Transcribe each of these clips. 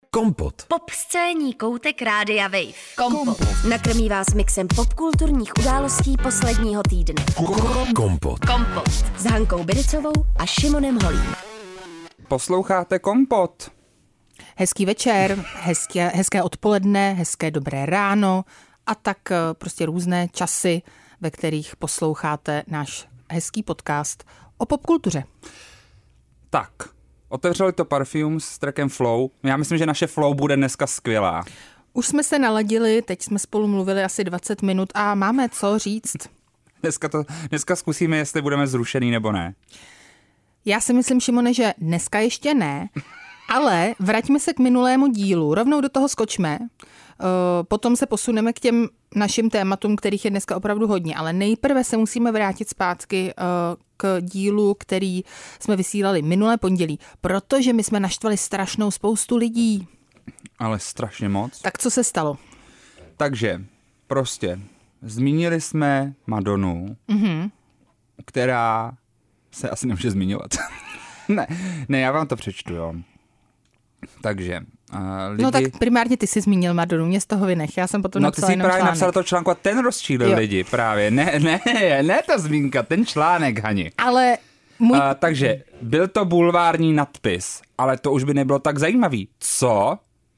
Kompot. Popscénní koutek Rádia Wave. Kompot. Nakrmí vás mixem popkulturních událostí posledního týdne. Kompot. Kompot. S Hankou Biricovou a Šimonem Holím. Posloucháte Kompot. Hezký večer, hezké odpoledne, hezké dobré ráno a tak prostě různé časy, ve kterých posloucháte náš hezký podcast o popkultuře. Tak, otevřeli to Parfum s trackem Flow. Já myslím, že naše Flow bude dneska skvělá. Už jsme se naladili, teď jsme spolu mluvili asi 20 minut a máme co říct. Dneska zkusíme, jestli budeme zrušený nebo ne. Já si myslím, Šimone, že dneska ještě ne, ale vraťme se k minulému dílu, rovnou do toho skočme, potom se posuneme k těm našim tématům, kterých je dneska opravdu hodně, ale nejprve se musíme vrátit zpátky k dílu, který jsme vysílali minulé pondělí, protože my jsme naštvali strašnou spoustu lidí. Ale strašně moc. Tak co se stalo? Takže prostě zmínili jsme Madonu, která se asi nemůže zmiňovat. ne, já vám to přečtu, jo. Takže lidi... No tak primárně ty jsi zmínil Madonu, mě z toho vynech, já jsem potom napsala jenom článek. No ty jsi právě napsal to článku a ten rozčílil lidi právě. Ne ta zmínka, ten článek, Hani. Ale takže byl to bulvární nadpis, ale to už by nebylo tak zajímavý. Co?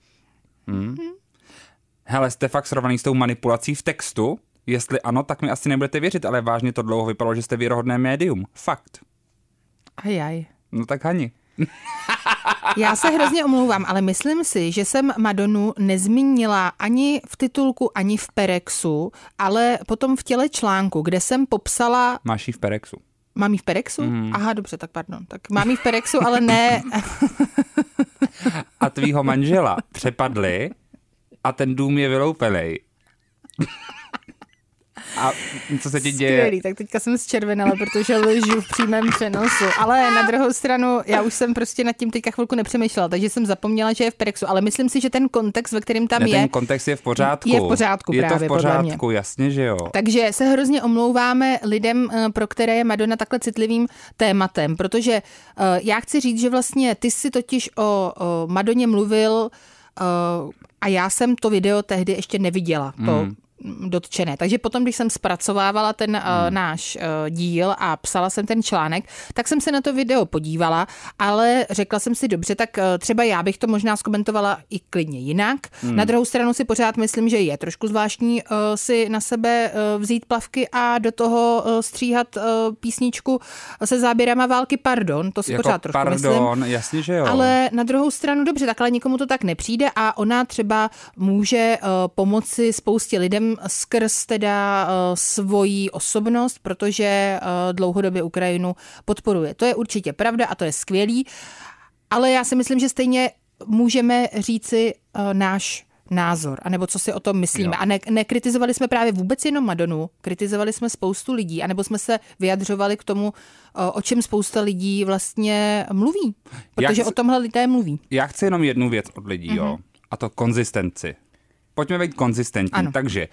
Hele, jste fakt srovnaný s tou manipulací v textu? Jestli ano, tak mi asi nebudete věřit, ale vážně to dlouho vypadalo, že jste věrohodné médium. Fakt. Ajaj. No tak Hani. Já se hrozně omlouvám, ale myslím si, že jsem Madonu nezmínila ani v titulku, ani v Perexu, ale potom v těle článku, kde jsem popsala... Máš jí v Perexu. Mám jí v Perexu? Aha, dobře, tak pardon. Tak mám jí v Perexu, ale ne... A tvýho manžela přepadli a ten dům je vyloupenej. A co se ti děje? Skvělý, tak teďka jsem zčervenala, protože ležu v přímém přenosu. Ale na druhou stranu, já už jsem prostě nad tím teďka chvilku nepřemýšlela, takže jsem zapomněla, že je v Perexu. Ale myslím si, že ten kontext, ve kterém tam je... Ten kontext je v pořádku. Je v pořádku právě, je to v pořádku, jasně, že jo. Takže se hrozně omlouváme lidem, pro které je Madonna takhle citlivým tématem, protože já chci říct, že vlastně ty jsi totiž o Madoně mluvil a já jsem to video tehdy ještě neviděla, to dotčené. Takže potom, když jsem zpracovávala ten náš díl a psala jsem ten článek, tak jsem se na to video podívala, ale řekla jsem si dobře, tak třeba já bych to možná zkomentovala i klidně jinak. Na druhou stranu si pořád myslím, že je trošku zvláštní si na sebe vzít plavky a do toho stříhat písničku se záběrama války, pardon, to si jako pořád trošku pardon, myslím. Jasně, že jo. Ale na druhou stranu dobře, takhle nikomu to tak nepřijde a ona třeba může pomoci spoustě lidem skrz teda svoji osobnost, protože dlouhodobě Ukrajinu podporuje. To je určitě pravda a to je skvělý, ale já si myslím, že stejně můžeme říci náš názor, anebo co si o tom myslíme. Jo. A nekritizovali jsme právě vůbec jenom Madonu, kritizovali jsme spoustu lidí, anebo jsme se vyjadřovali k tomu, o čem spousta lidí vlastně mluví. Protože o tomhle lidé mluví. Já chci jenom jednu věc od lidí, jo, a to konzistenci. Pojďme být konzistentní. Ano. Takže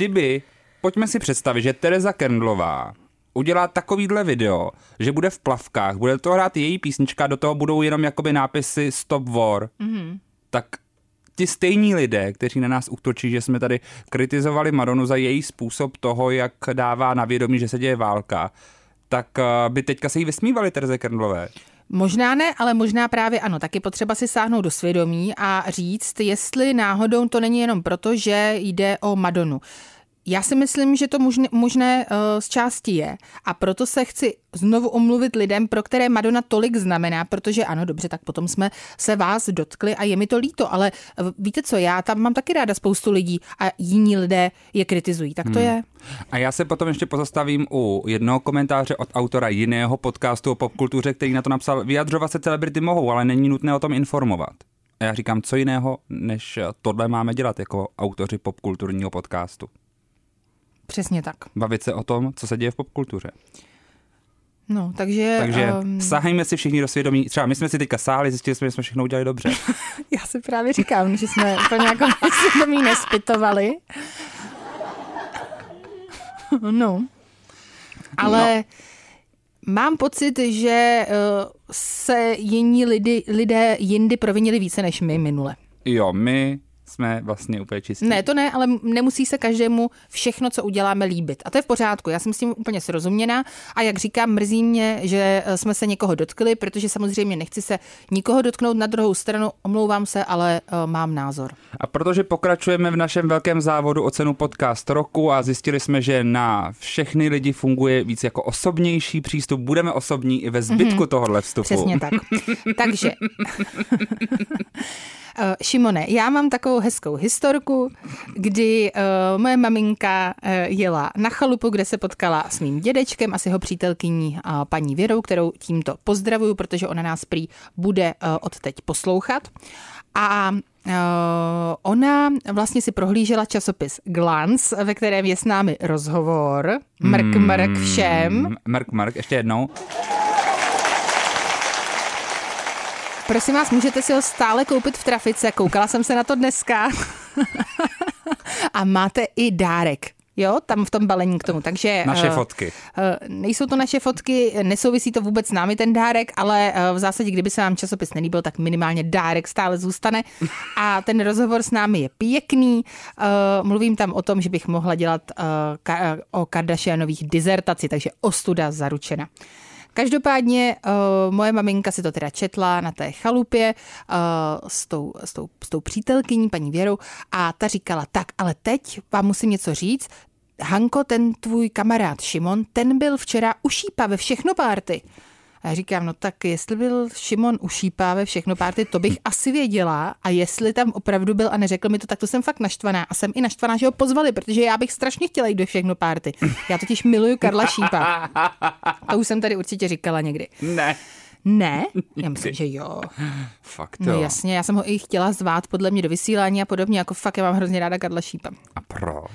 pojďme si představit, že Tereza Kerndlová udělá takovýhle video, že bude v plavkách, bude to hrát její písnička, do toho budou jenom jakoby nápisy Stop War. Tak ti stejní lidé, kteří na nás útočí, že jsme tady kritizovali Madonu za její způsob toho, jak dává na vědomí, že se děje válka, tak by teďka se jí vysmívali Tereze Kerndlové. Možná ne, ale možná právě ano. Tak je potřeba si sáhnout do svědomí a říct, jestli náhodou to není jenom proto, že jde o Madonu. Já si myslím, že to možné z části je a proto se chci znovu omluvit lidem, pro které Madonna tolik znamená, protože ano, dobře, tak potom jsme se vás dotkli a je mi to líto, ale víte co, já tam mám taky ráda spoustu lidí a jiní lidé je kritizují, tak to je. A já se potom ještě pozastavím u jednoho komentáře od autora jiného podcastu o popkultuře, který na to napsal, vyjadřovat se celebrity mohou, ale není nutné o tom informovat. A já říkám, co jiného, než tohle máme dělat jako autoři popkulturního podcastu. Přesně tak. Bavit se o tom, co se děje v popkultuře. No, takže sahajme si všichni do svědomí. Třeba my jsme si teďka sáhli, zjistili jsme, že jsme všechno udělali dobře. Já si právě říkám, že jsme úplně jako svědomí nespytovali. No. Ale mám pocit, že se jiní lidé jindy provinili více než my minule. Jo, my jsme vlastně úplně čistí. Ne, to ne, ale nemusí se každému všechno, co uděláme, líbit. A to je v pořádku, já jsem s tím úplně srozuměná a jak říkám, mrzí mě, že jsme se někoho dotkli, protože samozřejmě nechci se nikoho dotknout, na druhou stranu, omlouvám se, ale mám názor. A protože pokračujeme v našem velkém závodu o cenu podcast roku a zjistili jsme, že na všechny lidi funguje víc jako osobnější přístup, budeme osobní i ve zbytku tohohle vstupu. Přesně tak. Takže... Šimone, já mám takovou hezkou historku, kdy moje maminka jela na chalupu, kde se potkala s mým dědečkem a s jeho přítelkyní paní Věrou, kterou tímto pozdravuju, protože ona nás prý bude odteď poslouchat. A ona vlastně si prohlížela časopis Glance, ve kterém je s námi rozhovor. Mrk všem. Mrk, ještě jednou. Prosím vás, můžete si ho stále koupit v trafice, koukala jsem se na to dneska. A máte i dárek, jo, tam v tom balení k tomu, takže... Naše fotky. Nejsou to naše fotky, nesouvisí to vůbec s námi ten dárek, ale v zásadě, kdyby se vám časopis nelíbil, tak minimálně dárek stále zůstane. A ten rozhovor s námi je pěkný, mluvím tam o tom, že bych mohla dělat o Kardashianových dizertaci, takže ostuda zaručena. Každopádně moje maminka si to teda četla na té chalupě s tou přítelkyní, paní Věrou, a ta říkala, tak, ale teď vám musím něco říct. Hanko, ten tvůj kamarád Šimon, ten byl včera u Šípa ve Všechno Party. A já říkám, no tak jestli byl Šimon u Šípa ve Všechno Party, to bych asi věděla, a jestli tam opravdu byl a neřekl mi to, tak to jsem fakt naštvaná. A jsem i naštvaná, že ho pozvali, protože já bych strašně chtěla jít do Všechno Party. Já totiž miluju Karla Šípa. To už jsem tady určitě říkala někdy. Ne? Já myslím, že jo. Fakt jo. No jasně, já jsem ho i chtěla zvát podle mě do vysílání a podobně, jako fakt já mám hrozně ráda Karla Šípa. A proč?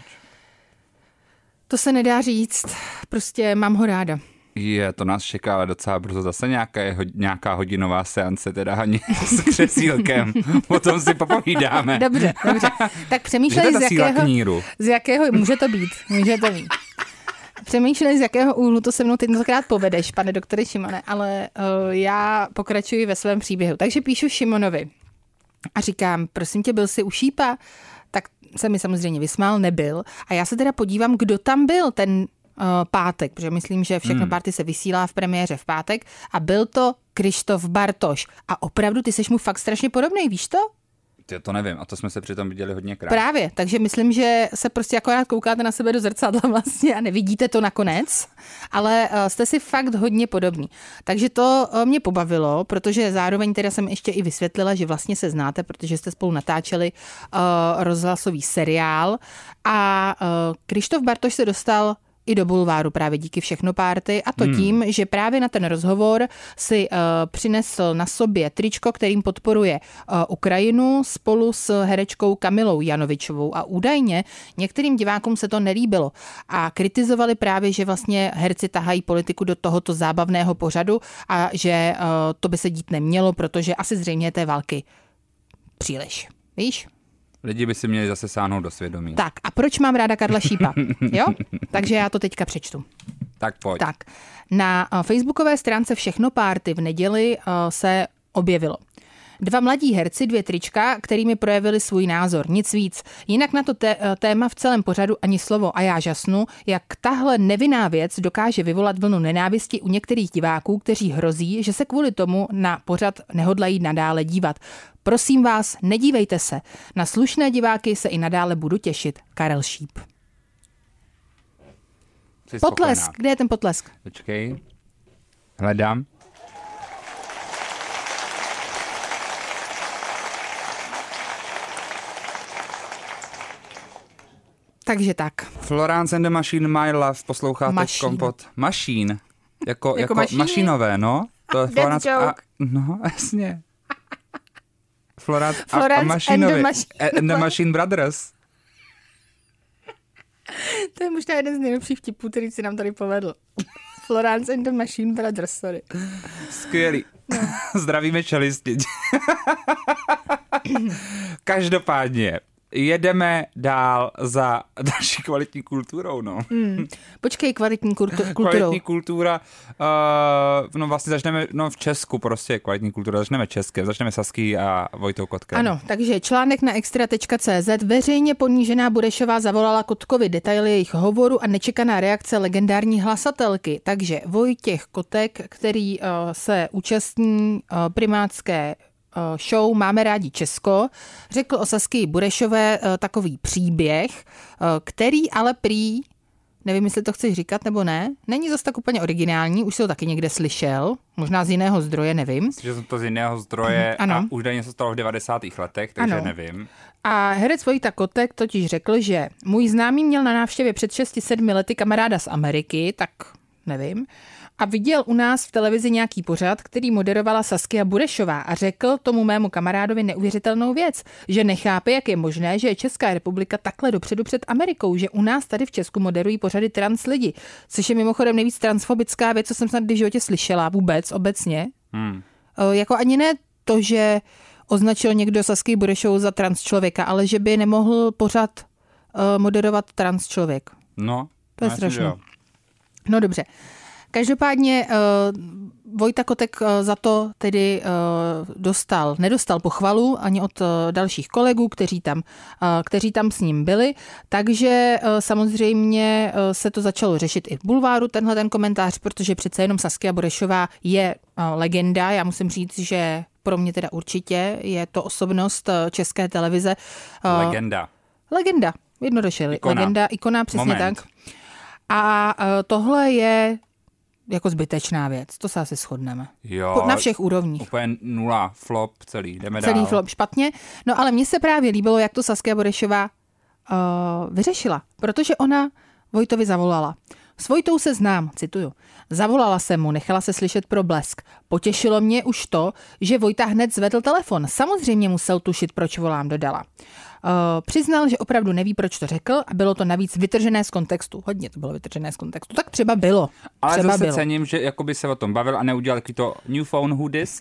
To se nedá říct, prostě mám ho ráda. To nás čeká ale docela brzo zase nějaká hodinová seance, teda Hani s křesílkem. O tom si popovídáme. Dobře. Tak přemýšlej, z jakého může to být. Přemýšlej, z jakého úhlu to se mnou teď tentokrát povedeš, pane doktore Šimone, ale já pokračuji ve svém příběhu. Takže píšu Šimonovi a říkám, prosím tě, byl jsi u Šípa? Tak se mi samozřejmě vysmál, nebyl. A já se teda podívám, kdo tam byl ten pátek, protože myslím, že Všechno Party se vysílá v premiéře v pátek, a byl to Krištof Bartoš. A opravdu, ty seš mu fakt strašně podobnej, víš to? To nevím, a to jsme se přitom viděli hodněkrát. Právě, takže myslím, že se prostě akorát koukáte na sebe do zrcadla vlastně a nevidíte to nakonec, ale jste si fakt hodně podobní. Takže to mě pobavilo, protože zároveň teda jsem ještě i vysvětlila, že vlastně se znáte, protože jste spolu natáčeli rozhlasový seriál a Krištof Bartoš se dostal i do bulváru právě díky Všechno Party, a to tím, že právě na ten rozhovor si přinesl na sobě tričko, kterým podporuje Ukrajinu spolu s herečkou Kamilou Janovičovou, a údajně některým divákům se to nelíbilo a kritizovali právě, že vlastně herci tahají politiku do tohoto zábavného pořadu a že to by se dít nemělo, protože asi zřejmě té války příliš. Víš? Lidi by si měli zase sáhnout do svědomí. Tak, a proč mám ráda Karla Šípa? Jo? Takže já to teďka přečtu. Tak pojď. Tak, na facebookové stránce Všechno Party v neděli se objevilo: 2 mladí herci, 2 trička, kterými projevili svůj názor. Nic víc. Jinak na to téma v celém pořadu ani slovo, a já žasnu, jak tahle nevinná věc dokáže vyvolat vlnu nenávisti u některých diváků, kteří hrozí, že se kvůli tomu na pořad nehodlají nadále dívat. Prosím vás, nedívejte se. Na slušné diváky se i nadále budu těšit. Karel Šíp. Potlesk. Kde je ten potlesk? Počkej. Hledám. Takže tak. Florence and the Machine, My Love, posloucháte Kompot. Machine. Jako mašinové, no. To je Florence no, jasně. Florence a Mašinovi. And the Machine Brothers. To je možná jeden z nejlepších vtipů, který si nám tady povedl. Florence and the Machine Brothers, sorry. Skvělý. No. Zdravíme čelisti. Každopádně, jedeme dál za další kvalitní kulturou, no. Počkej, kvalitní kulturou. Kvalitní kultura, no vlastně začneme, no v Česku prostě kvalitní kultura, začneme Českem, začneme Saský a Vojtou Kotkem. Ano, takže článek na extra.cz. Veřejně ponížená Burešová zavolala Kotkovi detaily jejich hovoru a nečekaná reakce legendární hlasatelky. Takže Vojtěch Kotek, který se účastní primátské show Máme rádi Česko, řekl o Saskii Burešové takový příběh, který ale prý, nevím, jestli to chceš říkat nebo ne, není zase tak úplně originální, už se to taky někde slyšel, možná z jiného zdroje, nevím. Že jsem to z jiného zdroje a údajně se stalo v 90. letech, takže nevím. A herec Vojta Kotek totiž řekl, že můj známý měl na návštěvě před 6-7 lety kamaráda z Ameriky, tak nevím, a viděl u nás v televizi nějaký pořad, který moderovala Saskia Burešová a řekl tomu mému kamarádovi neuvěřitelnou věc, že nechápe, jak je možné, že je Česká republika takhle dopředu před Amerikou, že u nás tady v Česku moderují pořady trans lidi, což je mimochodem nejvíc transfobická věc, co jsem snad v životě slyšela vůbec, obecně. Jako ani ne to, že označil někdo Saskii Burešovou za trans člověka, ale že by nemohl pořad moderovat trans člověk. No, to je strašné. No dobře. Každopádně Vojta Kotek za to tedy nedostal pochvalu ani od dalších kolegů, kteří tam s ním byli, takže samozřejmě se to začalo řešit i v bulváru, tenhle ten komentář, protože přece jenom Saskia Burešová je legenda, já musím říct, že pro mě teda určitě je to osobnost české televize. Legenda, jednoduše, legenda, ikona, přesně Moment. tak. A tohle je jako zbytečná věc, to se asi shodneme. Jo, na všech úrovních. Úplně nula, flop celý, jdeme dál. Celý flop, špatně. No ale mně se právě líbilo, jak to Saskia Burešová vyřešila, protože ona Vojtovi zavolala. S Vojtou se znám, cituju. Zavolala jsem mu, nechala se slyšet pro blesk. Potěšilo mě už to, že Vojta hned zvedl telefon. Samozřejmě musel tušit, proč volám, dodala. Přiznal, že opravdu neví, proč to řekl a bylo to navíc vytržené z kontextu. Hodně to bylo vytržené z kontextu. Tak třeba bylo. Ale zase cením, že jakoby se o tom bavil a neudělal to new phone who this.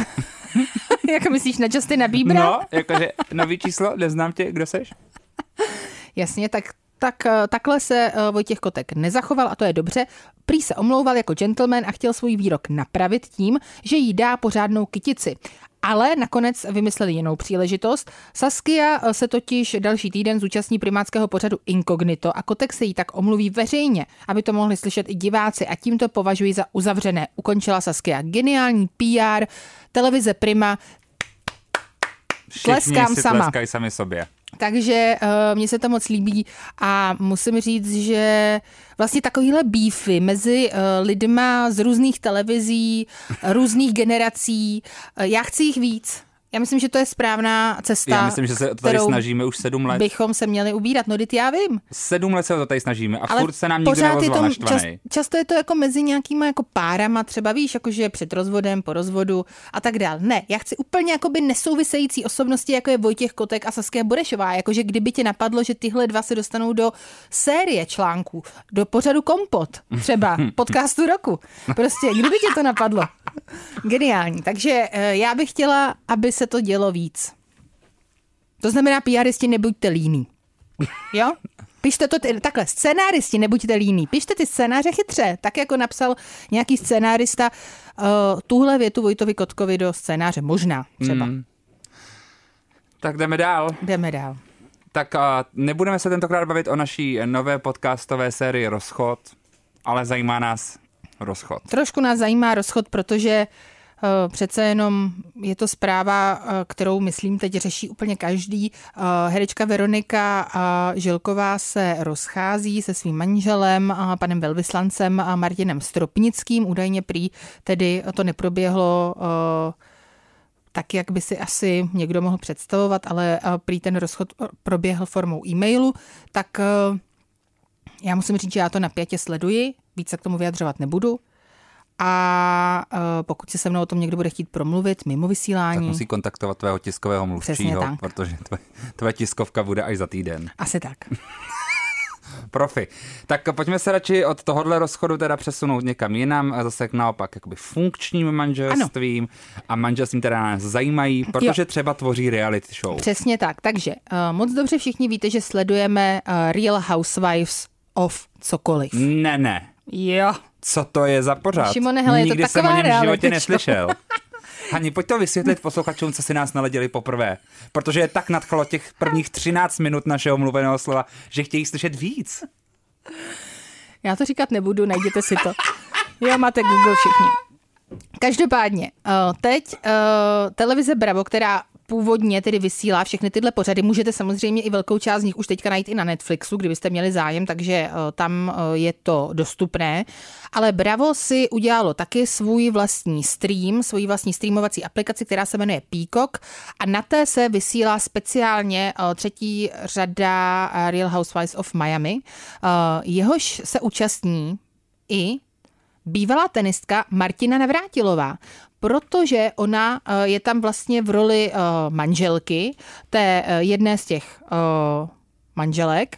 Jak myslíš na Justina Biebera? No, jakože nový číslo, neznám tě, kdo seš? Jasně, takhle se Vojtěch Kotek nezachoval a to je dobře. Prý se omlouval jako gentleman a chtěl svůj výrok napravit tím, že jí dá pořádnou kytici. Ale nakonec vymysleli jinou příležitost. Saskia se totiž další týden zúčastní primátského pořadu Inkognito a Kotek se jí tak omluví veřejně, aby to mohli slyšet i diváci a tím to považuji za uzavřené. Ukončila Saskia. Geniální PR, televize Prima. Tleskám sama. Tleskají sami sobě. Takže mně se to moc líbí a musím říct, že vlastně takovýhle beefy mezi lidma z různých televizí, různých generací, já chci jich víc. Já myslím, že to je správná cesta. Já myslím, že se to tady snažíme už 7 let. Bychom se měli ubírat, no teď já vím. 7 let se to tady snažíme a furt se nám nikdo neozval naštvanej. Často je to jako mezi nějakýma jako párama, třeba víš, jakože před rozvodem, po rozvodu a tak dál. Ne, já chci úplně jakoby nesouvisející osobnosti, jako je Vojtěch Kotek a Saskia Burešová, jakože kdyby ti napadlo, že tyhle dva se dostanou do série článků, do pořadu Kompot, třeba podcastu roku. Prostě, kdyby tě to napadlo. Geniální. Takže já bych chtěla, aby se to dělo víc. To znamená, PRisti, nebuďte líní. Jo? Pište to takhle, scénáristi, nebuďte líní. Pište ty scénáře chytře, tak jako napsal nějaký scénárista tuhle větu Vojtovi Kotkovi do scénáře. Možná třeba. Tak jdeme dál. Jdeme dál. Tak nebudeme se tentokrát bavit o naší nové podcastové sérii Rozchod, ale zajímá nás rozchod. Trošku nás zajímá rozchod, protože přece jenom je to zpráva, kterou myslím teď řeší úplně každý. Herečka Veronika Žilková se rozchází se svým manželem, panem velvyslancem Martinem Stropnickým. Údajně prý tedy to neproběhlo tak, jak by si asi někdo mohl představovat, ale prý ten rozchod proběhl formou e-mailu, tak já musím říct, že já to napjatě sleduji, víc se k tomu vyjadřovat nebudu. A pokud se se mnou o tom někdo bude chtít promluvit mimo vysílání... Tak musí kontaktovat tvého tiskového mluvčího, protože tvoje tiskovka bude až za týden. Asi tak. Profi. Tak pojďme se radši od tohohle rozchodu teda přesunout někam jinam a zase naopak jakoby funkčním manželstvím a manželstvím, která nás zajímají, protože třeba tvoří reality show. Přesně tak. Takže moc dobře všichni víte, že sledujeme Real Housewives of cokoliv. Ne. Jo. Co to je za pořad? Šimone, hele, Nikdy je to jsem o něm v životě reality neslyšel. Hani, pojď to vysvětlit posluchačům, co si nás naladili poprvé. Protože je tak nadchlo těch prvních 13 minut našeho mluveného slova, že chtějí slyšet víc. Já to říkat nebudu, najděte si to. Jo, máte Google všichni. Každopádně, teď televize Bravo, která původně tedy vysílá všechny tyhle pořady, můžete samozřejmě i velkou část z nich už teďka najít i na Netflixu, kdybyste měli zájem, takže tam je to dostupné. Ale Bravo si udělalo taky svůj vlastní stream, svoji vlastní streamovací aplikaci, která se jmenuje Peacock a na té se vysílá speciálně třetí řada Real Housewives of Miami. Jehož se účastní i bývalá tenistka Martina Navrátilová, protože ona je tam vlastně v roli manželky, té jedné z těch manželek.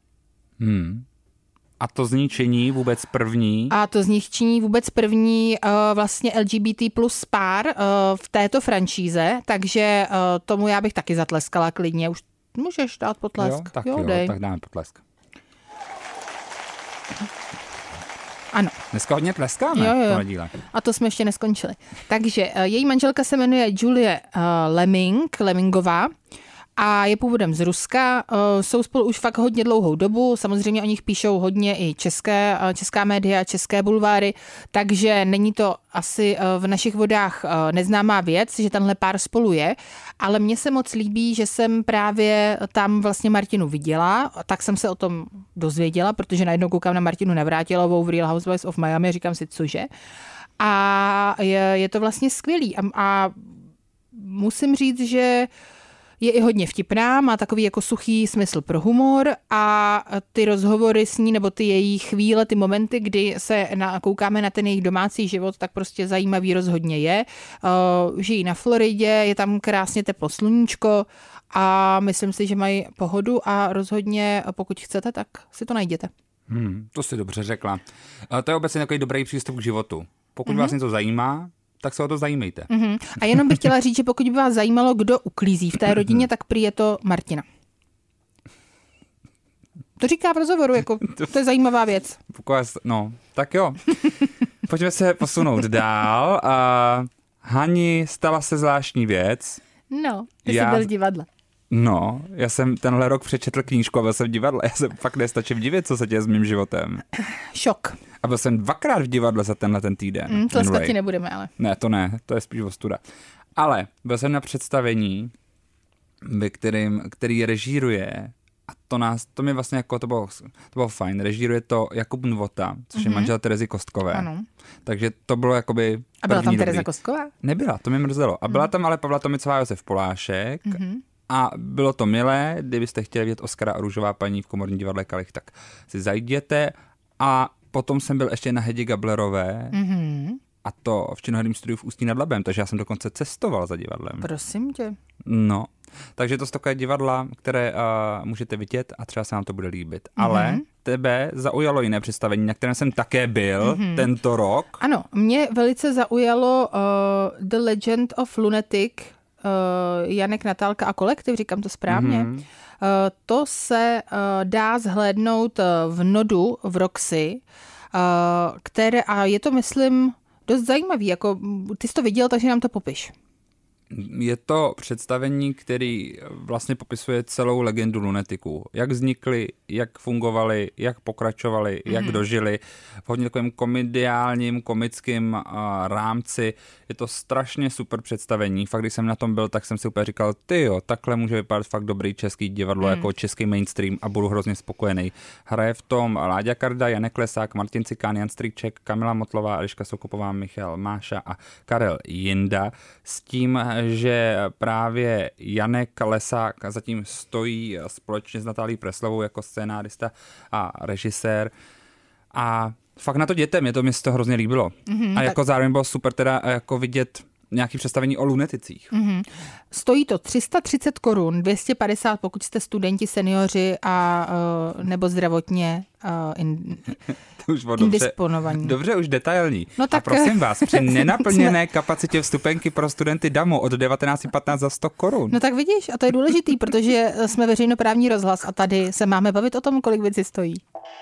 A to z ní činí vůbec první? A to z nich činí vůbec první vlastně LGBT plus pár v této franšíze, takže tomu já bych taky zatleskala klidně. Už můžeš dát potlesk. Jo, tak dáme potlesk. Ano. Dneska hodně tleskáme. Jo. A to jsme ještě neskončili. Takže její manželka se jmenuje Julie Lemingová a je původem z Ruska. Jsou spolu už fakt hodně dlouhou dobu. Samozřejmě o nich píšou hodně i česká média, české bulváry, takže není to asi v našich vodách neznámá věc, že tenhle pár spolu je, ale mně se moc líbí, že jsem právě tam vlastně Martinu viděla, tak jsem se o tom dozvěděla, protože najednou koukám na Martinu Navrátilovou v Real Housewives of Miami a říkám si, cože. A je to vlastně skvělý a musím říct, že je i hodně vtipná, má takový jako suchý smysl pro humor a ty rozhovory s ní, nebo ty její chvíle, ty momenty, kdy se koukáme na ten jejich domácí život, tak prostě zajímavý rozhodně je. Žijí na Floridě, je tam krásně teplo sluníčko a myslím si, že mají pohodu a rozhodně, pokud chcete, tak si to najděte. To si dobře řekla. To je obecně takový dobrý přístup k životu. Pokud vás něco zajímá, tak se o to zajímejte. A jenom bych chtěla říct, že pokud by vás zajímalo, kdo uklízí v té rodině, tak prý je to Martina. To říká v rozhovoru, jako to je zajímavá věc. No, tak jo. Pojďme se posunout dál. Hani, stala se zvláštní věc. No, ty jsi byl v divadle. No, já jsem tenhle rok přečetl knížku a byl jsem v divadle. Já jsem fakt nestačím divit, co se děje s mým životem. Šok. A byl jsem 2krát v divadle za ten týden. Tleskat ti nebudeme, ale. Ne, to je spíš ostuda. Ale byl jsem na představení, který režíruje, a to mi vlastně jako, to bylo fajn, režíruje to Jakub Nvota, což je manžel Terezy Kostkové. Ano. Takže to bylo jakoby A byla tam Tereza Kostková? Nebyla, to mě mrzelo. A byla tam ale Pavla Tomicová, Josef Polášek. A bylo to milé, kdybyste chtěli vidět Oskara a Růžová paní v Komorním divadle Kalich, tak si zajděte. A potom jsem byl ještě na Hedě Gablerové a to v Činoherním studiu v Ústí nad Labem, takže já jsem dokonce cestoval za divadlem. Prosím tě. No, takže to jsou takové divadla, které můžete vidět a třeba se vám to bude líbit. Ale tebe zaujalo jiné představení, na kterém jsem také byl tento rok. Ano, mě velice zaujalo The Legend of Lunatic, Janek, Natálka a kolektiv, říkám to správně. To se dá zhlédnout v Nodu v Roxy, a je to, myslím, dost zajímavý. Jako, ty jsi to viděl, takže nám to popiš. Je to představení, který vlastně popisuje celou legendu lunatiků. Jak vznikly, jak fungovaly, jak pokračovaly, jak dožili. V hodně takovém komediálním, komickým rámci. Je to strašně super představení. Fakt, když jsem na tom byl, tak jsem si úplně říkal, tyjo, takhle může vypadat fakt dobrý český divadlo, jako český mainstream a budu hrozně spokojený. Hraje v tom Láďa Karda, Janek Lesák, Martin Cikán, Jan Strýček, Kamila Motlová, Eliška Sokopová, Michal Máša a Karel Jinda. S tím, že právě Janek Lesák zatím stojí společně s Natálí Preslovou jako scénárista a režisér. A fakt na to dětem, mě to hrozně líbilo. A jako zároveň bylo super teda jako vidět nějaké představení o luneticích. Stojí to 330 korun, 250, pokud jste studenti, seniori a nebo zdravotně indisponovaní. Dobře, už detailní. No tak, a prosím vás, při nenaplněné kapacitě vstupenky pro studenty DAMu od 19.15 za 100 korun. No tak vidíš, a to je důležitý, protože jsme veřejnoprávní rozhlas a tady se máme bavit o tom, kolik věcí stojí.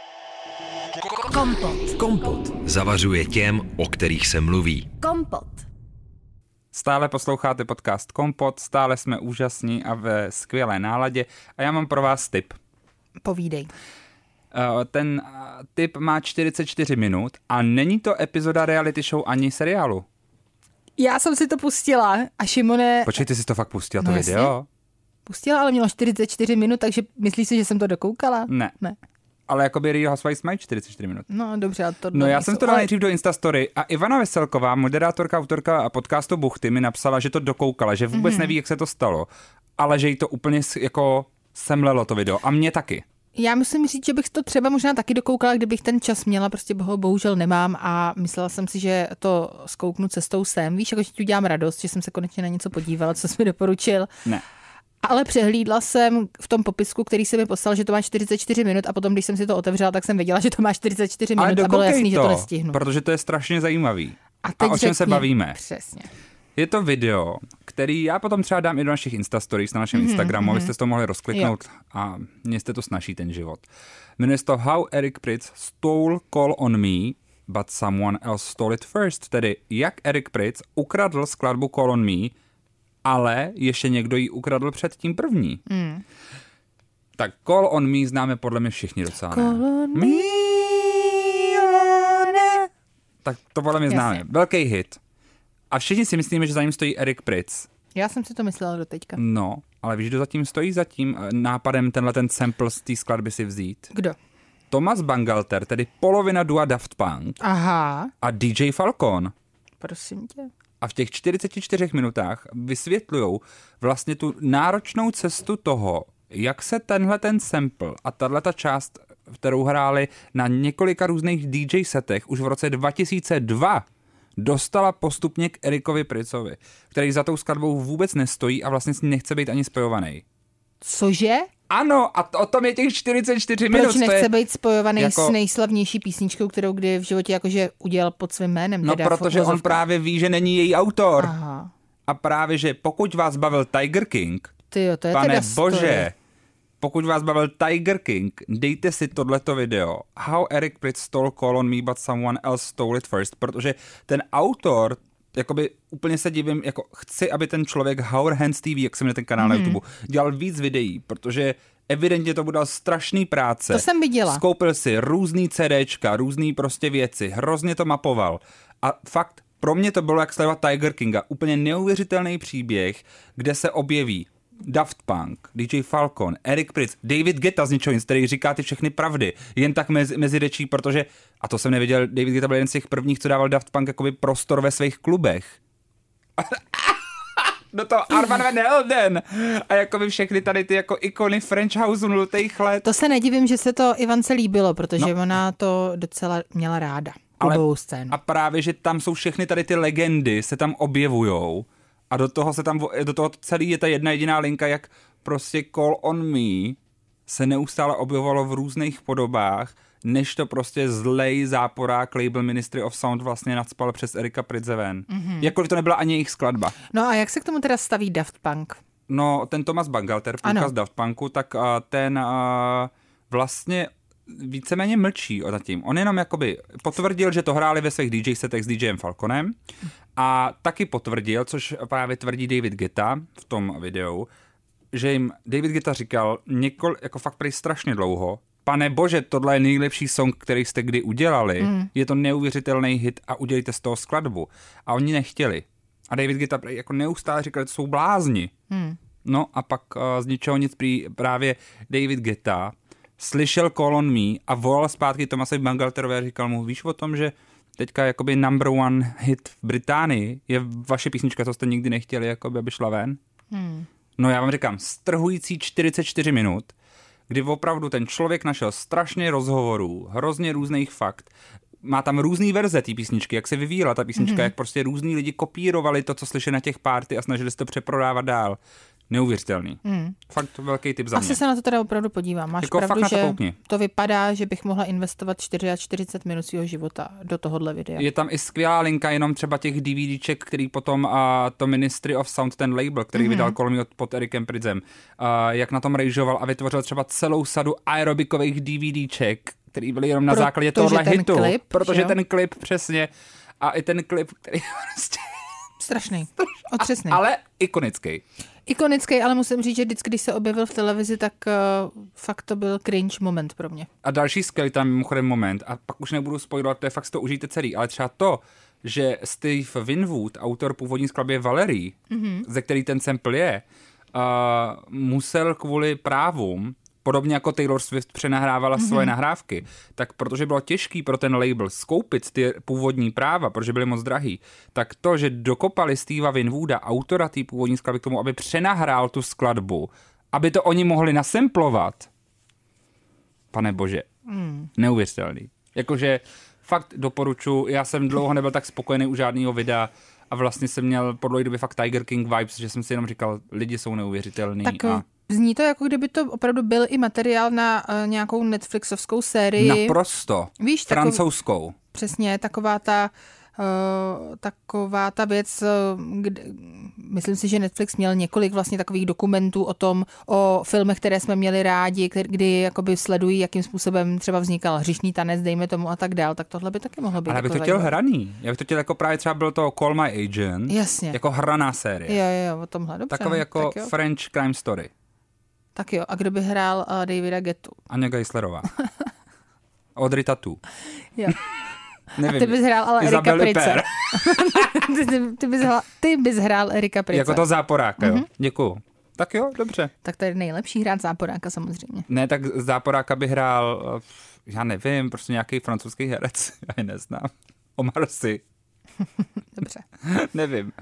Kompot. Zavařuje těm, o kterých se mluví. Kompot. Stále posloucháte podcast Kompot, stále jsme úžasní a ve skvělé náladě a já mám pro vás tip. Povídej. Ten tip má 44 minut a není to epizoda reality show ani seriálu. Já jsem si to pustila a Šimone... Počkej, ty jsi to fakt pustila, to video? Jasně. Pustila, ale mělo 44 minut, takže myslíš si, že jsem to dokoukala? Ne. Ale jakoby Real Housewives mají 44 minut. No dobře, a to... No já jsem to dal nejdřív do Instastory a Ivana Veselková, moderátorka, autorka podcastu Buchty, mi napsala, že to dokoukala, že vůbec neví, jak se to stalo, ale že jí to úplně jako semlelo to video a mě taky. Já musím říct, že bych to třeba možná taky dokoukala, kdybych ten čas měla, prostě ho bohužel nemám a myslela jsem si, že to zkouknu cestou sem. Víš, jako že ti udělám radost, že jsem se konečně na něco podívala, co jsi mi doporučil. Ne. Ale přehlídla jsem v tom popisku, který se mi poslal, že to má 44 minut a potom, když jsem si to otevřela, tak jsem věděla, že to má 44 minut a bylo jasný, že to nestihnu. Protože to je strašně zajímavý. A o čem se bavíme? Přesně. Je to video, který já potom třeba dám i do našich Instastories na našem Instagramu, abyste to mohli rozkliknout a mě jste to snaží ten život. Jmenuje se to How Eric Prydz Stole Call on Me, but someone else stole it first. Tedy jak Eric Prydz ukradl skladbu Call on Me, ale ještě někdo ji ukradl před tím první. Tak Call on Me známe podle mě všichni docela. Call on me, tak to podle mě známe. Velký hit. A všichni si myslíme, že za ním stojí Eric Prydz. Já jsem si to myslela do teďka. No, ale víš, kdo zatím stojí za tím nápadem ten sample z té skladby si vzít? Kdo? Thomas Bangalter, tedy polovina dua Daft Punk. Aha. A DJ Falcon. Prosím tě. A v těch 44 minutách vysvětlujou vlastně tu náročnou cestu toho, jak se tenhle ten sample a tato část, kterou hráli na několika různých DJ setech už v roce 2002, dostala postupně k Ericovi Prydzovi, který za tou skladbou vůbec nestojí a vlastně s ní nechce být ani spojovaný. Cože? Ano, a o tom je těch 44 minut. Proč nechce být spojovaný jako... s nejslavnější písničkou, kterou kdy v životě jakože udělal pod svým jménem? No, protože on právě ví, že není její autor. Aha. A právě, že pokud vás bavil Tiger King, tyjo, to je pane teda bože, story. Pokud vás bavil Tiger King, dejte si tohleto video. How Eric Prydz stole Call on Me, but someone else stole it first. Protože ten autor, jakoby úplně se divím, jako chci, aby ten člověk Howard Hands TV, jak se jmenuje ten kanál na YouTube, dělal víc videí, protože evidentně to bude strašný práce. To jsem viděla. Skoupil si různý CDčka, různý prostě věci, hrozně to mapoval. A fakt, pro mě to bylo jak sledovat Tiger Kinga. Úplně neuvěřitelný příběh, kde se objeví Daft Punk, DJ Falcon, Eric Prydz, David Guetta z ničeho nic, který říká ty všechny pravdy, jen tak mezi řečí, protože, a to jsem nevěděl, David Guetta byl jeden z těch prvních, co dával Daft Punk jakoby prostor ve svých klubech. Do toho Armand Van Helden a jakoby všechny tady ty jako ikony French House 0. let. To se nedivím, že se to Ivance líbilo, protože ona to docela měla ráda. Klubovou scénu. A právě, že tam jsou všechny tady ty legendy, se tam objevujou. A do toho celý je ta jedna jediná linka, jak prostě Call on Me se neustále objevovalo v různých podobách, než to prostě zlej záporák label Ministry of Sound vlastně nadspal přes Erica Prydze ven. Jakkoliv to nebyla ani jejich skladba. No a jak se k tomu teda staví Daft Punk? No, ten Thomas Bangalter, půlka z Daft Punku, tak ten vlastně víceméně mlčí o tím. On jenom jakoby potvrdil, že to hráli ve svých DJ setech s DJem Falconem a taky potvrdil, což právě tvrdí David Guetta v tom videu, že jim David Guetta říkal jako fakt prý strašně dlouho, pane bože, tohle je nejlepší song, který jste kdy udělali, je to neuvěřitelný hit a udělejte z toho skladbu. A oni nechtěli. A David Guetta prý jako neustále říkal, že to jsou blázni. No a pak z ničeho nic právě David Guetta slyšel Call on Me a volal zpátky Thomasovi Bangalterovi a říkal mu, víš o tom, že teďka jakoby number one hit v Británii je vaše písnička, co jste nikdy nechtěli, jakoby, aby šla ven? No já vám říkám, strhující 44 minut, kdy opravdu ten člověk našel strašně rozhovorů, hrozně různých fakt, má tam různý verze té písničky, jak se vyvíjela ta písnička, jak prostě různý lidi kopírovali to, co slyšeli na těch party a snažili se to přeprodávat dál. Neuvěřitelný. Fakt velký tip za mě. Asi se na to teda opravdu podívám. Máš jako pravdu, že koukni. To vypadá, že bych mohla investovat 44 minut svého života do tohohle videa. Je tam i skvělá linka jenom třeba těch DVDček, který potom to Ministry of Sound, ten label, který vydal kolem pod Ericem Prydzem, jak na tom rejžoval a vytvořil třeba celou sadu aerobikových DVDček, který byly jenom na základě tohohle hitu. Klip, protože ten klip přesně a i ten klip, který prostě... Strašný. Otřesný. Ale ikonický. Ikonický, ale musím říct, že vždycky, když se objevil v televizi, tak fakt to byl cringe moment pro mě. A další skvělý tam mimochodem moment, a pak už nebudu spoilovat, to je fakt, to užijte celý, ale třeba to, že Steve Winwood, autor původní skladby Valerie, ze který ten sample je, musel kvůli právům, podobně jako Taylor Swift přenahrávala svoje nahrávky, tak protože bylo těžký pro ten label skoupit ty původní práva, protože byly moc drahý, tak to, že dokopali Steva Winwooda, autora té původní skladby k tomu, aby přenahrál tu skladbu, aby to oni mohli nasemplovat. Pane bože, neuvěřitelný. Jakože fakt doporučuji, já jsem dlouho nebyl tak spokojený u žádného videa a vlastně jsem měl po dlouhé době fakt Tiger King vibes, že jsem si jenom říkal, lidi jsou neuvěřitelný. Tak zní to, jako kdyby to opravdu byl i materiál na nějakou Netflixovskou sérii. Naprosto. Víš, francouzskou. Přesně, taková ta věc, myslím si, že Netflix měl několik vlastně takových dokumentů o filmech, které jsme měli rádi, kdy jakoby sledují, jakým způsobem třeba vznikal Hříšný tanec, dejme tomu a tak dál, tak tohle by taky mohlo být. Ale jako bych to chtěl hraný. Já bych to chtěl jako právě třeba byl to Call My Agent. Jasně. Jako hraná série. Jo, o tomhle, dobře. Takový jako French crime story. Tak jo, a kdo by hrál Davida Gettu? Anja Geislerová. Audrey Tautou. Jo. Nevím. A ty bys hrál ale Erika Pryce. ty bys hrál Erika Pryce. Jako to záporáka, jo. Děkuju. Tak jo, dobře. Tak to je nejlepší hrát záporáka samozřejmě. Ne, tak záporáka by hrál, já nevím, prostě nějaký francouzský herec. Já je neznám. Omar Sy. Dobře. Nevím.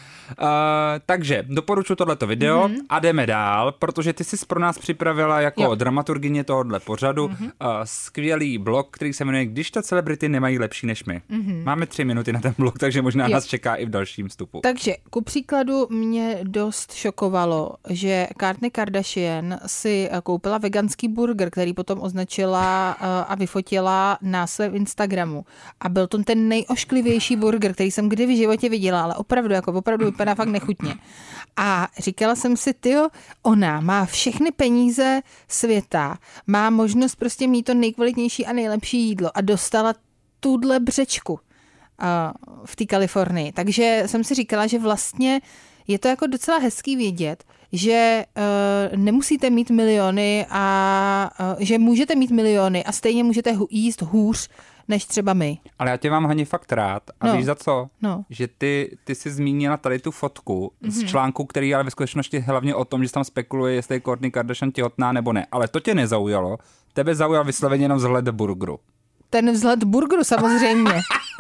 Takže doporučuji tohleto video a jdeme dál, protože ty jsi pro nás připravila jako dramaturgyně tohohle pořadu skvělý blog, který se jmenuje Když to celebrity nemají lepší než my. Máme 3 minuty na ten blog, takže možná nás čeká i v dalším vstupu. Takže ku příkladu mě dost šokovalo, že Kourtney Kardashian si koupila veganský burger, který potom označila a vyfotila na svém Instagramu. A byl to ten nejošklivější burger, který jsem kdy v životě viděla, ale opravdu vypadá fakt nechutně. A říkala jsem si, ona má všechny peníze světa, má možnost prostě mít to nejkvalitnější a nejlepší jídlo a dostala tuhle břečku v té Kalifornii. Takže jsem si říkala, že vlastně je to jako docela hezký vědět, že nemusíte mít miliony a že můžete mít miliony a stejně můžete jíst hůř než třeba my. Ale já tě mám, Hani, fakt rád. A víš za co? No. Že ty jsi zmínila tady tu fotku z článku, který ale ve skutečnosti hlavně o tom, že se tam spekuluje, jestli je Kourtney Kardashian těhotná nebo ne. Ale to tě nezaujalo. Tebe zaujal vysloveně jenom vzhled burgeru. Ten vzhled burgeru samozřejmě.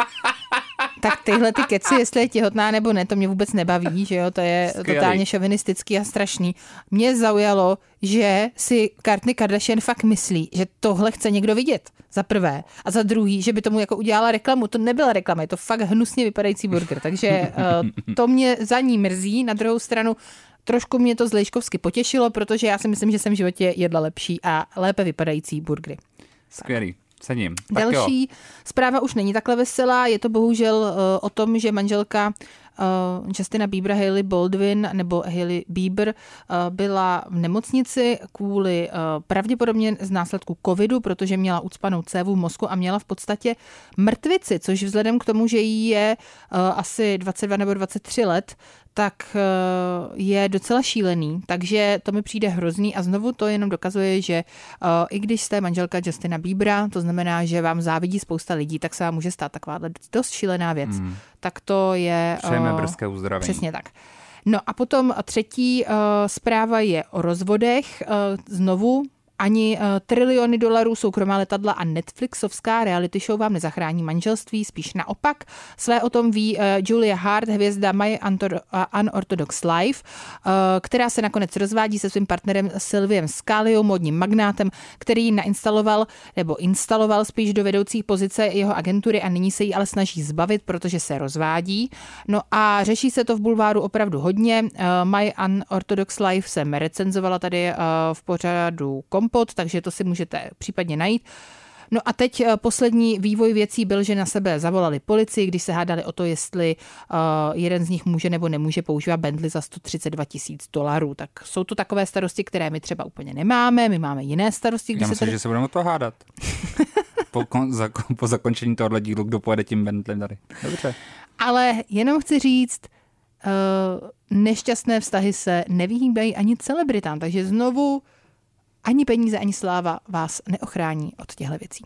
Tak tyhle ty keci, jestli je těhotná nebo ne, to mě vůbec nebaví, že jo, to je totálně šovinistický a strašný. Mě zaujalo, že si Kourtney Kardashian fakt myslí, že tohle chce někdo vidět, za prvé. A za druhý, že by tomu jako udělala reklamu. To nebyla reklama, je to fakt hnusně vypadající burger, takže to mě za ní mrzí. Na druhou stranu trošku mě to zlejškovsky potěšilo, protože já si myslím, že jsem v životě jedla lepší a lépe vypadající burgery. Skvělý. Cením. Další zpráva už není takhle veselá, je to bohužel o tom, že manželka Justina Biebera, Hailey Baldwin nebo Hailey Bieber byla v nemocnici kvůli pravděpodobně z následku covidu, protože měla ucpanou cévu v mozku a měla v podstatě mrtvici, což vzhledem k tomu, že jí je asi 22 nebo 23 let, tak je docela šílený, takže to mi přijde hrozný a znovu to jenom dokazuje, že i když jste manželka Justina Biebera, to znamená, že vám závidí spousta lidí, tak se vám může stát takováhle dost šílená věc. Tak to je... Přejeme brzké uzdravení. Přesně tak. No a potom třetí zpráva je o rozvodech. Znovu ani triliony dolarů soukromá letadla a Netflixovská reality show vám nezachrání manželství, spíš naopak. Své o tom ví Julia Hart, hvězda My Unorthodox Life, která se nakonec rozvádí se svým partnerem Sylviem Scaliou, módním magnátem, který ji instaloval spíš do vedoucí pozice jeho agentury a nyní se jí ale snaží zbavit, protože se rozvádí. No a řeší se to v bulváru opravdu hodně. My Unorthodox Life jsem recenzovala tady v pořadu Kompot, takže to si můžete případně najít. No a teď poslední vývoj věcí byl, že na sebe zavolali policii, když se hádali o to, jestli jeden z nich může nebo nemůže používat Bentley za $132,000. Tak jsou to takové starosti, které my třeba úplně nemáme, my máme jiné starosti. Já myslím, že se budeme o to hádat. Po zakončení tohohle dílu, kdo pojede tím Bentley tady. Dobře. Ale jenom chci říct, nešťastné vztahy se nevyhýbají ani celebritám, takže znovu ani peníze, ani sláva vás neochrání od těchto věcí.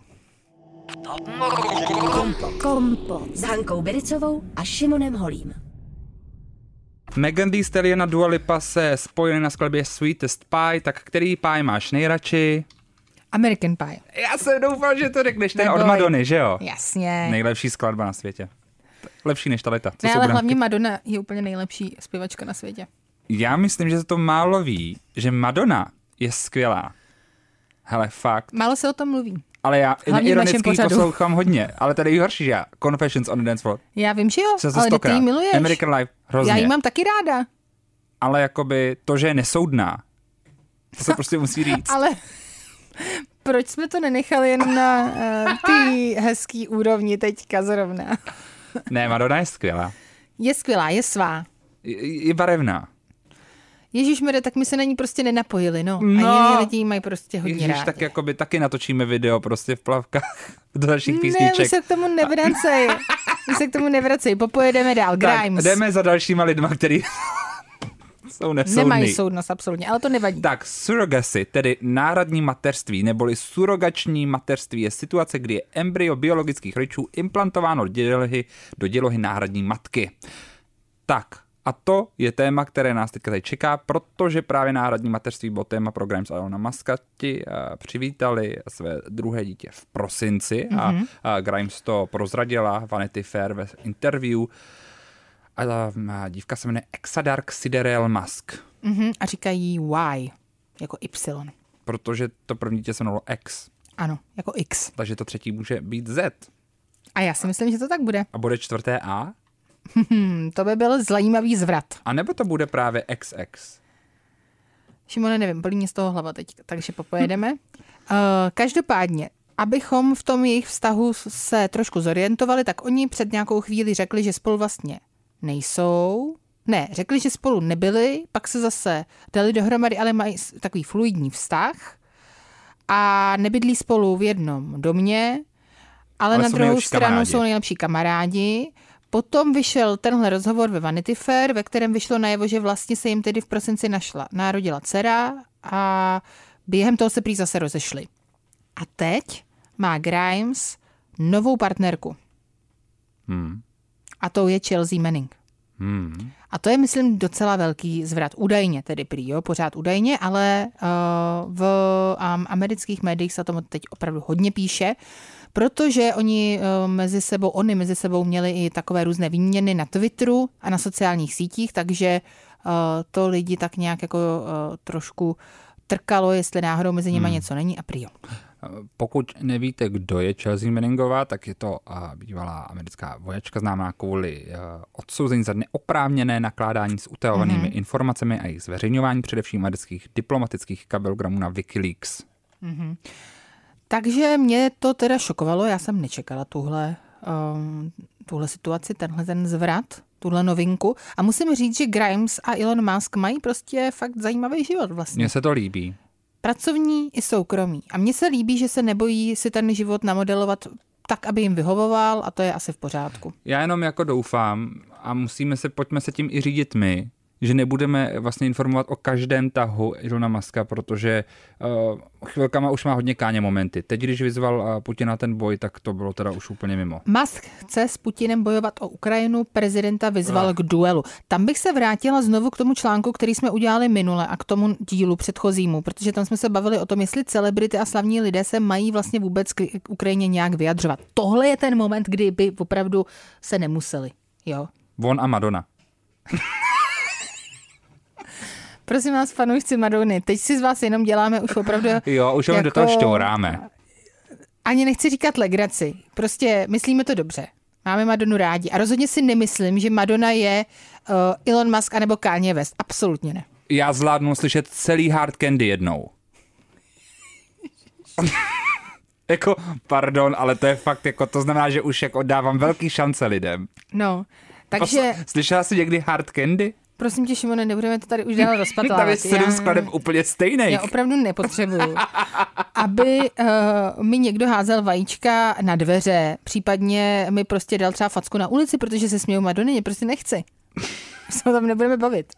Kompot s Hankou Bericovou a Šimonem Holím. Megan Thee Stallion a Dua Lipa se spojily na skladbě Sweetest Pie, tak který pie máš nejradši? American Pie. Já jsem doufal, že to řekneš, ten od Madony, že jo? Jasně. Nejlepší skladba na světě. Lepší než ta leta. Ne, ale hlavně Madonna je úplně nejlepší zpěvačka na světě. Já myslím, že se to málo ví, že Madonna je skvělá. Hele, fakt. Málo se o tom mluví. Ale já ironicky poslouchám hodně, ale tady je horší, že já. Confessions on the Dance Floor. Já vím, že jo, ale ty ji miluješ. American Life, hrozně. Já ji mám taky ráda. Ale jakoby to, že je nesoudná, to se prostě musí říct. Ale proč jsme to nenechali jen na ty hezký úrovni teďka zrovna? Ne, Madonna je skvělá. Je skvělá, je svá. Je barevná. Ježišmarja, tak my se na ní prostě nenapojili, no. A jiní lidi mají prostě hodně rádi. Tak jakoby taky natočíme video prostě v plavkách do dalších písniček. Ne, my se k tomu nevracej. Popojedeme dál. Grimes. Tak, jdeme za dalšíma lidma, který jsou nesoudný. Nemají soudnost, absolutně, ale to nevadí. Tak, surrogacy, tedy náhradní mateřství, neboli surrogační mateřství, je situace, kdy je embryo biologických rodičů implantováno do dělohy náhradní matky. Tak, a to je téma, které nás teďka tady čeká, protože právě náhradní mateřství bylo téma pro Grimes a Elona Muska. Ti přivítali své druhé dítě v prosinci a Grimes to prozradila Vanity Fair ve interview. A dívka se jmenuje Exadark Siderel Musk. A říkají Y, jako Y. Protože to první dítě se jmenovalo X. Ano, jako X. Takže to třetí může být Z. A já si myslím, že to tak bude. A bude čtvrté A? To by byl zajímavý zvrat. A nebo to bude právě XX? Šimone, nevím, bolí mě z toho hlava teď, takže popojedeme. Každopádně, abychom v tom jejich vztahu se trošku zorientovali, tak oni před nějakou chvíli řekli, že spolu vlastně nejsou. Ne, řekli, že spolu nebyli, pak se zase dali dohromady, ale mají takový fluidní vztah a nebydlí spolu v jednom domě, ale na druhou stranu jsou nejlepší kamarádi. Potom vyšel tenhle rozhovor ve Vanity Fair, ve kterém vyšlo najevo, že vlastně se jim tedy v prosinci narodila dcera a během toho se prý zase rozešli. A teď má Grimes novou partnerku. A to je Chelsea Manning. A to je, myslím, docela velký zvrat. Údajně tedy prý, jo, pořád údajně, ale v amerických médiích se o tom teď opravdu hodně píše, protože oni mezi sebou měli i takové různé výměny na Twitteru a na sociálních sítích, takže to lidi tak nějak jako trošku trkalo, jestli náhodou mezi nimi něco není a prý. Pokud nevíte, kdo je Chelsea Manningová, tak je to bývalá americká vojačka známá kvůli odsouzení za neoprávněné nakládání s utajovanými informacemi a jejich zveřejňování, především amerických diplomatických kabelgramů na Wikileaks. Takže mě to teda šokovalo, já jsem nečekala tuhle situaci, ten zvrat, tuhle novinku. A musím říct, že Grimes a Elon Musk mají prostě fakt zajímavý život vlastně. Mně se to líbí. Pracovní i soukromý. A mně se líbí, že se nebojí si ten život namodelovat tak, aby jim vyhovoval a to je asi v pořádku. Já jenom jako doufám a pojďme se tím i řídit my, že nebudeme vlastně informovat o každém tahu Elona Muska, protože chvilkama už má hodně káně momenty. Teď, když vyzval Putina ten boj, tak to bylo teda už úplně mimo. Musk chce s Putinem bojovat o Ukrajinu, prezidenta vyzval k duelu. Tam bych se vrátila znovu k tomu článku, který jsme udělali minule a k tomu dílu předchozímu, protože tam jsme se bavili o tom, jestli celebrity a slavní lidé se mají vlastně vůbec k Ukrajině nějak vyjadřovat. Tohle je ten moment, kdy by opravdu se nemuseli. Jo. On a Madonna. Prosím vás, fanoušci Madony, teď si z vás jenom děláme už opravdu... Jo, už do toho šťouráme. Ani nechci říkat legraci, prostě myslíme to dobře. Máme Madonu rádi a rozhodně si nemyslím, že Madonna je Elon Musk anebo Kanye West. Absolutně ne. Já zvládnu slyšet celý Hard Candy jednou. Jako, pardon, ale to je fakt, jako, to znamená, že už jako dávám velký šance lidem. No, takže... Slyšela jsi někdy Hard Candy? Prosím tě, Šimone, nebudeme to tady už dál rozpatlávat. Tam je 7 skladeb úplně stejných. Já opravdu nepotřebuju, aby mi někdo házel vajíčka na dveře, případně mi prostě dal třeba facku na ulici, protože se směju Madonině, prostě nechci. Se o tom nebudeme bavit.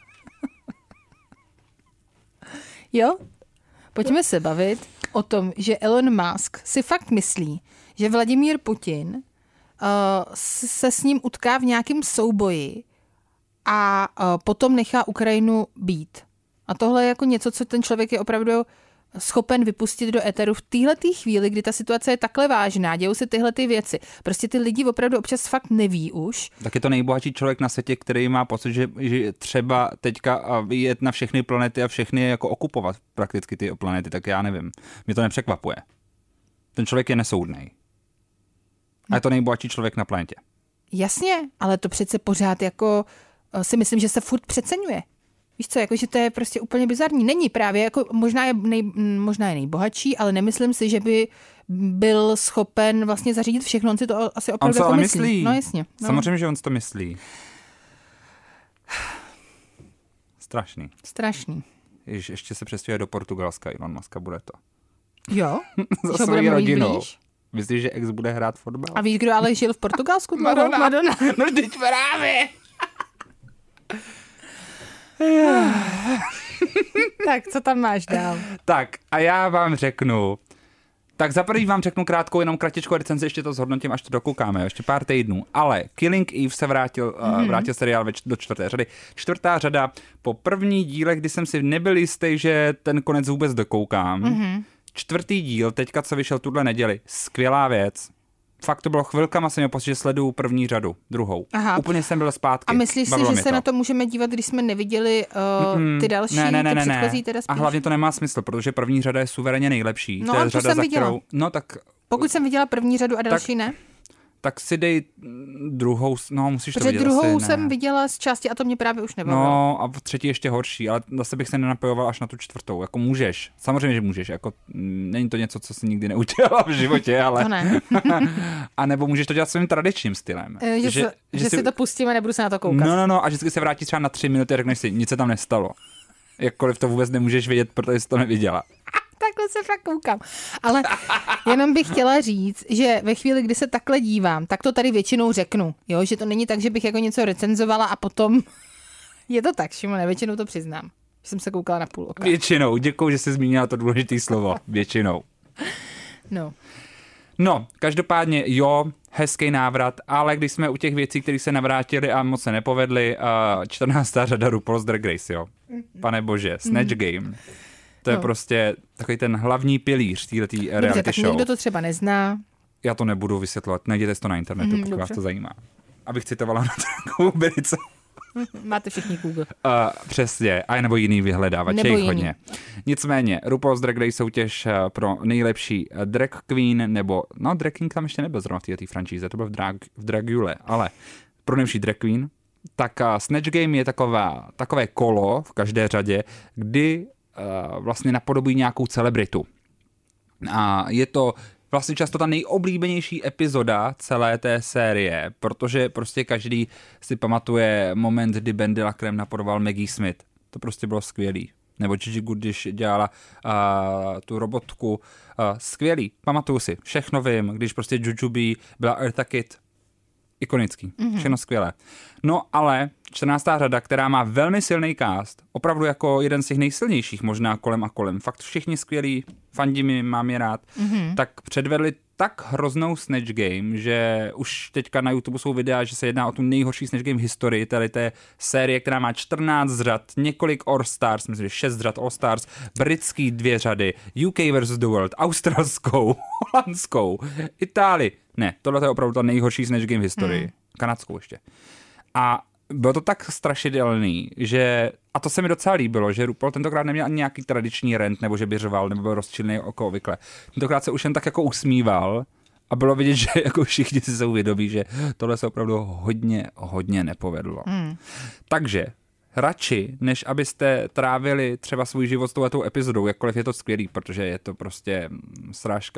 Jo? Pojďme se bavit o tom, že Elon Musk si fakt myslí, že Vladimír Putin se s ním utká v nějakém souboji a potom nechá Ukrajinu být. A tohle je jako něco, co ten člověk je opravdu schopen vypustit do éteru v téhletý chvíli, kdy ta situace je takhle vážná, dějou se tyhle ty věci. Prostě ty lidi opravdu občas fakt neví už. Tak je to nejbohatší člověk na světě, který má pocit, že třeba teďka jet na všechny planety a všechny jako okupovat prakticky ty planety, tak já nevím. Mě to nepřekvapuje. Ten člověk je nesoudnej. A je to nejbohatší člověk na planetě. Jasně, ale to přece pořád jako si myslím, že se furt přeceňuje. Víš co, jako, že to je prostě úplně bizarní. Není právě, jako možná je nejbohatší, ale nemyslím si, že by byl schopen vlastně zařídit všechno. On si to asi opravdu jako myslí. No jasně. No. Samozřejmě, že on si to myslí. Strašný. Ještě se přestěhuje do Portugalska, Elon Musk, bude to. Jo? Za svojí rodinou. Myslíš, že ex bude hrát fotbal? A víš, kdo ale žil v Portugalsku? Madonna. No vždyť právě. Tak, co tam máš dál? Tak, a já vám řeknu, tak za první vám řeknu jenom kratičkou recenzi, ještě to zhodnotím, až to dokoukáme, ještě pár týdnů, ale Killing Eve se vrátil seriál do 4. řady. 4. řada, po první díle, kdy jsem si nebyl jistý, že ten konec vůbec dokoukám, 4. díl, teďka co vyšel tuhle neděli, skvělá věc. Fakt to bylo chvilkama, jsem měl pocit, že sleduju první řadu, druhou. Aha. Úplně jsem byl zpátky. A myslíš si, že se na to můžeme dívat, když jsme neviděli ty další, ty předchozí teda spíš? A hlavně to nemá smysl, protože první řada je suverénně nejlepší. No to je a řada, jsem viděla. Pokud jsem viděla první řadu a další ne? Tak si dej druhou, musíš protože to vidět. Druhou jsem viděla z části a to mě právě už nebavilo. No a třetí ještě horší, ale zase bych se nenapojoval až na tu 4. Jako můžeš, samozřejmě, že můžeš, jako není to něco, co jsi nikdy neudělala v životě, ale... To ne. A nebo můžeš to dělat svým tradičním stylem. Že si to pustím a nebudu se na to koukat. No, a vždycky se vrátíš třeba na 3 minuty a řekneš si, nic se tam nestalo. Jakkoliv to vůbec nemůžeš vědět, protože jsi to neviděla. Takhle se fakt koukám. Ale jenom bych chtěla říct, že ve chvíli, kdy se takhle dívám, tak to tady většinou řeknu. Jo? Že to není tak, že bych jako něco recenzovala a potom... Je to tak, Šimone, většinou to přiznám. Že jsem se koukala na půl oka. Většinou, děkuju, že jsi zmínila to důležité slovo. Většinou. No, každopádně jo, hezký návrat, ale když jsme u těch věcí, které se navrátily a moc se nepovedly, 14. řada RuPaul's Drag Race, jo. Pane bože, Snatch Game. To je prostě takový ten hlavní pilíř této reality tak show. někdo to třeba nezná. Já to nebudu vysvětlovat, najděte to na internetu, pokud vás to zajímá. Abych citovala na Google. Máte všichni Google. Přesně, a nebo jiný vyhledávač, je jich hodně. Nicméně, RuPaul's Drag Race soutěž pro nejlepší drag queen, nebo, drag queen tam ještě nebyl zrovna v této franšíze, to bylo v Dragule, ale pro nejlepší drag queen, tak Snatch Game je takové kolo v každé řadě, kdy vlastně napodobují nějakou celebritu. A je to vlastně často ta nejoblíbenější epizoda celé té série, protože prostě každý si pamatuje moment, kdy Ben Delacreme napodoboval Maggie Smith. To prostě bylo skvělý. Nebo Gigi Good, když dělala tu robotku. Skvělý, pamatuju si, všechno vím, když prostě Jujubee byla Eartha Kitt. ikonický, všechno skvělé. No ale 14. řada, která má velmi silný cast, opravdu jako jeden z těch nejsilnějších možná kolem a kolem, fakt všichni skvělí, fandím, mám je rád, tak předvedli tak hroznou Snatch Game, že už teďka na YouTube jsou videa, že se jedná o tu nejhorší Snatch Game v historii, tady té série, která má 14 řad, několik All Stars, myslím, že 6 řad All Stars, britský 2 řady, UK vs. The World, australskou, holandskou, Itálii. Ne, tohle je opravdu ta nejhorší Snatch Game v historii. Kanadskou ještě. A bylo to tak strašidelný, že, a to se mi docela líbilo, že RuPaul tentokrát neměl ani nějaký tradiční rant, nebo že by řval, nebo byl rozčilný jako obvykle. Tentokrát se už jen tak jako usmíval a bylo vidět, že jako všichni si se uvědomí, že tohle se opravdu hodně nepovedlo. Takže radši, než abyste trávili třeba svůj život s touhletou epizodou, jakkoliv je to skvělý, protože je to prostě srážka,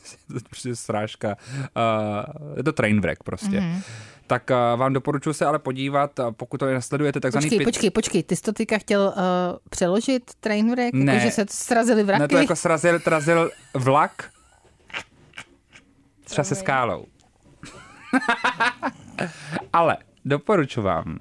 je to trainwreck prostě. Tak vám doporučuji se ale podívat, pokud to nesledujete, takzvaný... Počkej, ty jsi to teďka chtěl přeložit trainwreck? Ne. Jako, že se srazili vraky? Ne, to jako srazil vlak třeba se skálou. Ale doporučuji vám.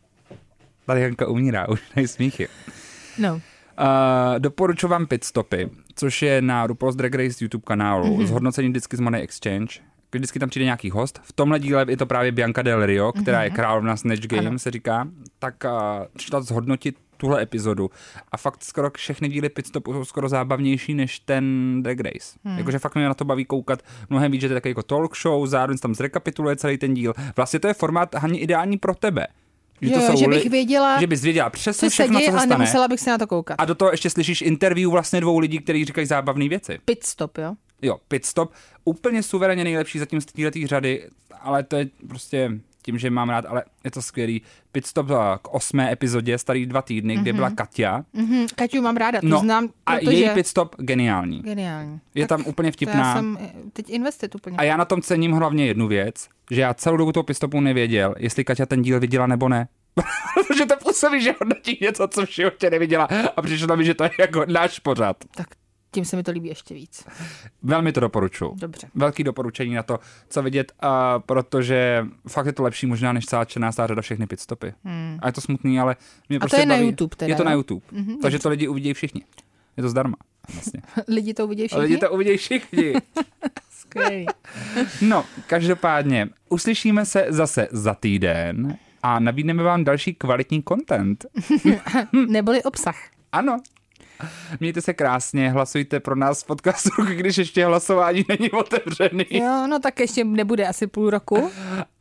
Tady Janka umírá, už nejsmíchy. No. Doporučuji vám Pitstopy, což je na RuPaul's Drag Race YouTube kanálu, zhodnocení vždycky z Money Exchange. Vždycky tam přijde nějaký host. V tomhle díle je to právě Bianca Del Rio, která je královna Snatch Game, se říká. Tak šla zhodnotit tuhle epizodu. A fakt skoro všechny díly Pitstopu jsou skoro zábavnější než ten Drag Race. Jakože fakt mě na to baví koukat mnohem víc, že to je takový jako talk show, zároveň tam zrekapituluje celý ten díl. Vlastně to je formát Hani ideální pro tebe. Že bych věděla, že bys věděla přesně všechno, co se stane. Ale nemusela bych se na to koukat. A do toho ještě slyšíš interview vlastně 2 lidí, kteří říkají zábavné věci. Pitstop, jo? Jo, Pitstop. Úplně suverénně nejlepší zatím z této řady, ale to je prostě tím, že mám rád, ale je to skvělý. Pitstop k 8. epizodě, starý 2 týdny, kde byla Katia. Kaťu mám ráda, tu znám, protože... A její Pitstop geniální. Je tak tam úplně vtipná. Já jsem teď investit úplně. A já na tom cením hlavně jednu věc, že já celou dobu toho Pitstopu nevěděl, jestli Katia ten díl viděla nebo ne. Protože to působí, že hodnotí něco, co v životě neviděla a přišlo mi, že to je jako náš pořad. Tak tím se mi to líbí ještě víc. Velmi to doporučuji. Dobře. Velký doporučení na to, co vidět, protože fakt je to lepší možná než celá 14. řada všechny Pitstopy. A je to smutný, ale mě prostě to je baví. Na YouTube teda, je to na YouTube. Takže to lidi uvidějí všichni. Je to zdarma. Vlastně. Lidi to uvidějí všichni? Lidi to uvidějí všichni. Skvělý. No, každopádně, uslyšíme se zase za týden a nabídneme vám další kvalitní content. Neboli obsah. Ano. Mějte se krásně, hlasujte pro nás v podcastu, když ještě hlasování není otevřený. Jo, no tak ještě nebude asi půl roku,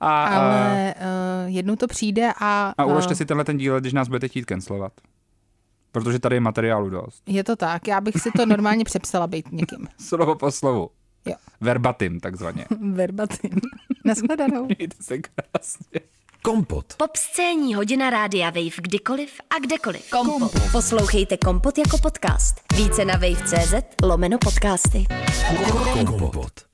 ale jednou to přijde a uložte si tenhle ten díl, když nás budete chtít cancelovat. Protože tady je materiálu dost. Je to tak, já bych si to normálně přepsala být někým. Slovo po slovu. Jo. Verbatim, takzvaně. Verbatim. Nashledanou. Mějte se krásně. Kompot. Popscénní hodina Rádia Wave kdykoliv a kdekoliv. Kompot. Poslouchejte Kompot jako podcast. Více na wave.cz/podcasty. Kompot.